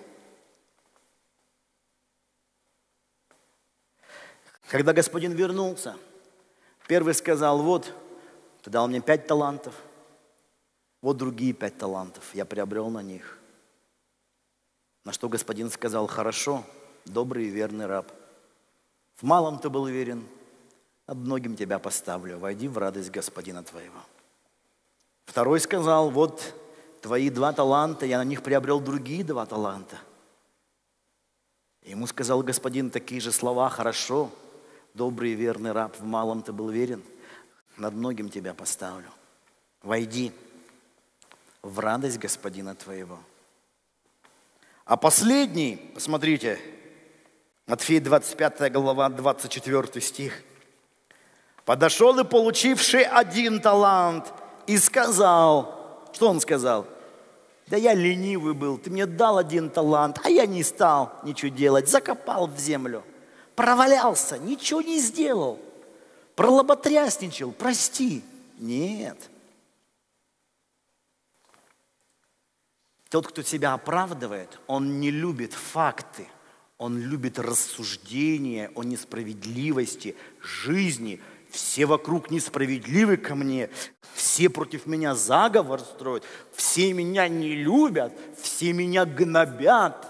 Когда господин вернулся, Первый сказал: вот, ты дал мне 5 талантов, вот другие 5 талантов, я приобрел на них. На что господин сказал: хорошо, добрый и верный раб. В малом ты был верен, над многим тебя поставлю, войди в радость господина твоего. Второй сказал: вот твои 2 таланта, я на них приобрел другие 2 таланта. Ему сказал господин такие же слова: хорошо, добрый и верный раб, в малом ты был верен, над многим тебя поставлю. Войди в радость господина твоего. А последний, посмотрите, Матфея 25 глава, 24 стих. Подошел и получивший 1 талант и сказал, что он сказал? Да я ленивый был, ты мне дал 1 талант, а я не стал ничего делать, закопал в землю, провалялся, ничего не сделал, пролоботрясничал, прости. Нет. Тот, кто себя оправдывает, он не любит факты, он любит рассуждения о несправедливости жизни. Все вокруг несправедливы ко мне, все против меня заговор строят, все меня не любят, все меня гнобят.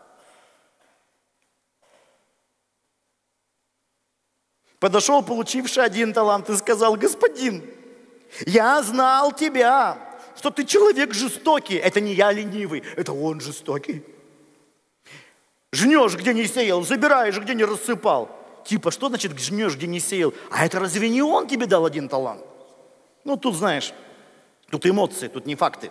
Подошел получивший 1 талант и сказал: господин, я знал тебя, что ты человек жестокий. Это не я ленивый, это он жестокий. Жнешь, где не сеял, забираешь, где не рассыпал. Типа, что значит жнешь, где не сеял? А это разве не он тебе дал 1 талант? Ну, тут, знаешь, тут эмоции, тут не факты.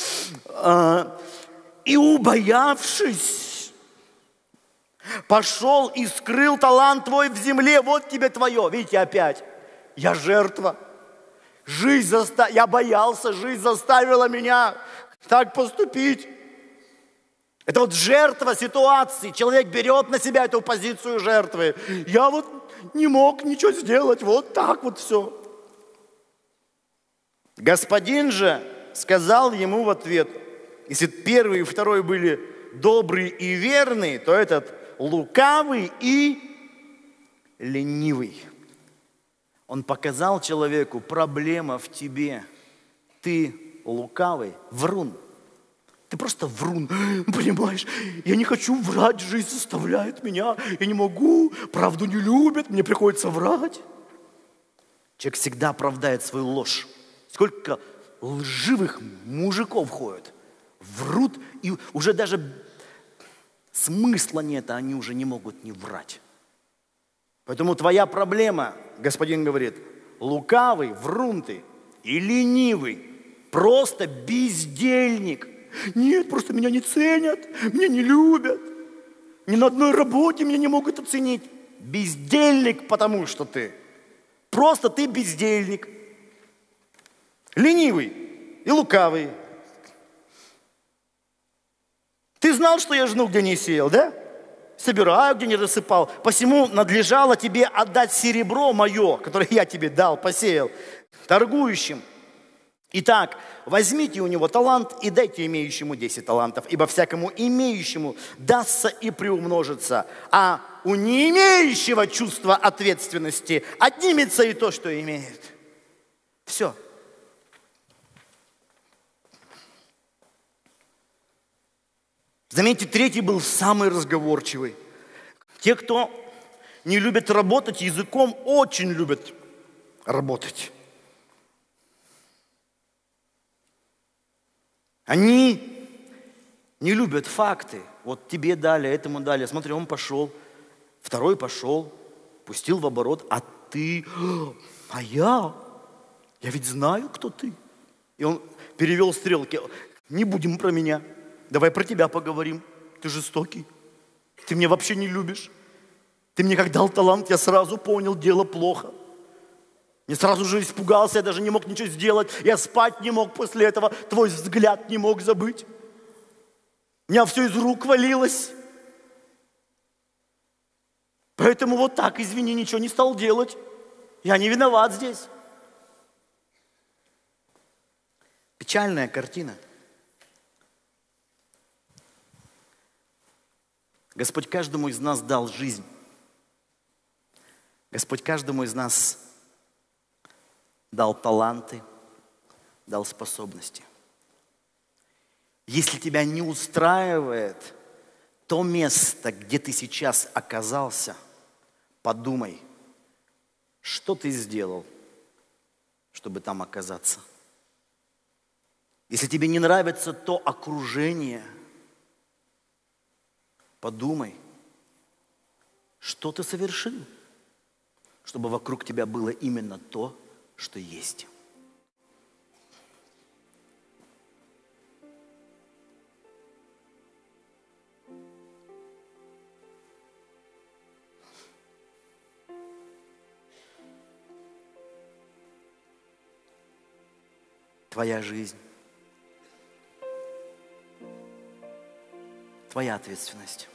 И убоявшись, пошел и скрыл талант твой в земле. Вот тебе твое. Видите, опять. Я жертва. Я боялся, жизнь заставила меня так поступить. Это вот жертва ситуации. Человек берет на себя эту позицию жертвы. Я вот не мог ничего сделать. Вот так вот все. Господин же сказал ему в ответ: если первый и второй были добрые и верные, то этот лукавый и ленивый. Он показал человеку: проблема в тебе. Ты лукавый, врун. Ты просто врун, понимаешь? Я не хочу врать, жизнь заставляет меня. Я не могу, правду не любят, мне приходится врать. Человек всегда оправдает свою ложь. Сколько лживых мужиков ходят, врут, и уже даже смысла нет, а они уже не могут не врать. Поэтому твоя проблема, господин говорит, лукавый, врун ты и ленивый, просто бездельник. Нет, просто меня не ценят, меня не любят. Ни на одной работе меня не могут оценить. Бездельник, потому что ты. Просто ты бездельник. Ленивый и лукавый. Ты знал, что я жну, где не сеял, да? Собираю, где не рассыпал. Посему надлежало тебе отдать серебро мое, которое я тебе дал, посеял, торгующим. Итак, возьмите у него талант и дайте имеющему 10 талантов, ибо всякому имеющему дастся и приумножится, а у не имеющего чувства ответственности отнимется и то, что имеет. Все. Заметьте, третий был самый разговорчивый. Те, кто не любят работать языком, очень любят работать. Они не любят факты. Вот тебе дали, этому дали. Смотри, он пошел, второй пошел, пустил в оборот, а ты, а я ведь знаю, кто ты. И он перевел стрелки. Не будем про меня, давай про тебя поговорим. Ты жестокий, ты меня вообще не любишь. Ты мне как дал талант, я сразу понял, дело плохо. Я сразу же испугался, я даже не мог ничего сделать. Я спать не мог после этого, твой взгляд не мог забыть. У меня все из рук валилось. Поэтому вот так, извини, ничего не стал делать. Я не виноват здесь. Печальная картина. Господь каждому из нас дал жизнь. Господь каждому из нас дал таланты, дал способности. Если тебя не устраивает то место, где ты сейчас оказался, подумай, что ты сделал, чтобы там оказаться. Если тебе не нравится то окружение, подумай, что ты совершил, чтобы вокруг тебя было именно то, что есть. Твоя жизнь, твоя ответственность,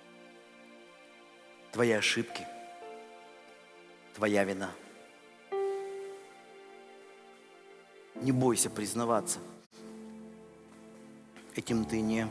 твои ошибки, твоя вина. Не бойся признаваться. Этим ты не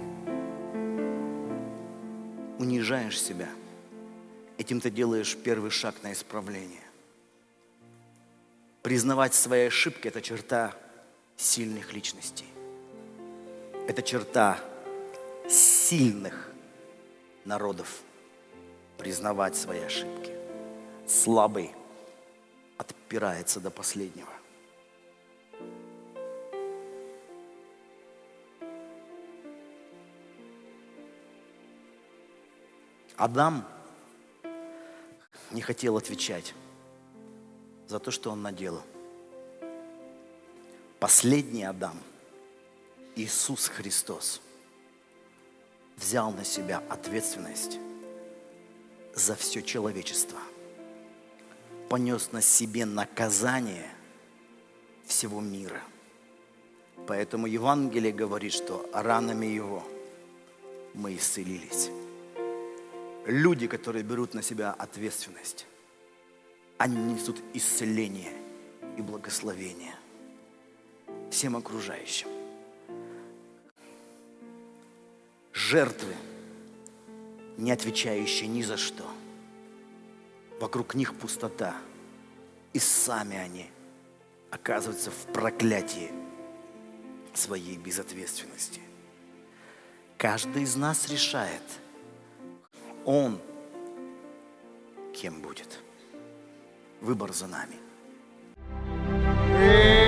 унижаешь себя. Этим ты делаешь первый шаг на исправление. Признавать свои ошибки – это черта сильных личностей. Это черта сильных народов. Признавать свои ошибки. Слабый отпирается до последнего. Адам не хотел отвечать за то, что он наделал. Последний Адам, Иисус Христос, взял на себя ответственность за все человечество, понес на себе наказание всего мира. Поэтому Евангелие говорит, что ранами Его мы исцелились. Люди, которые берут на себя ответственность, они несут исцеление и благословение всем окружающим. Жертвы, не отвечающие ни за что. Вокруг них пустота. И сами они оказываются в проклятии своей безответственности. Каждый из нас решает, он кем будет. Выбор за нами.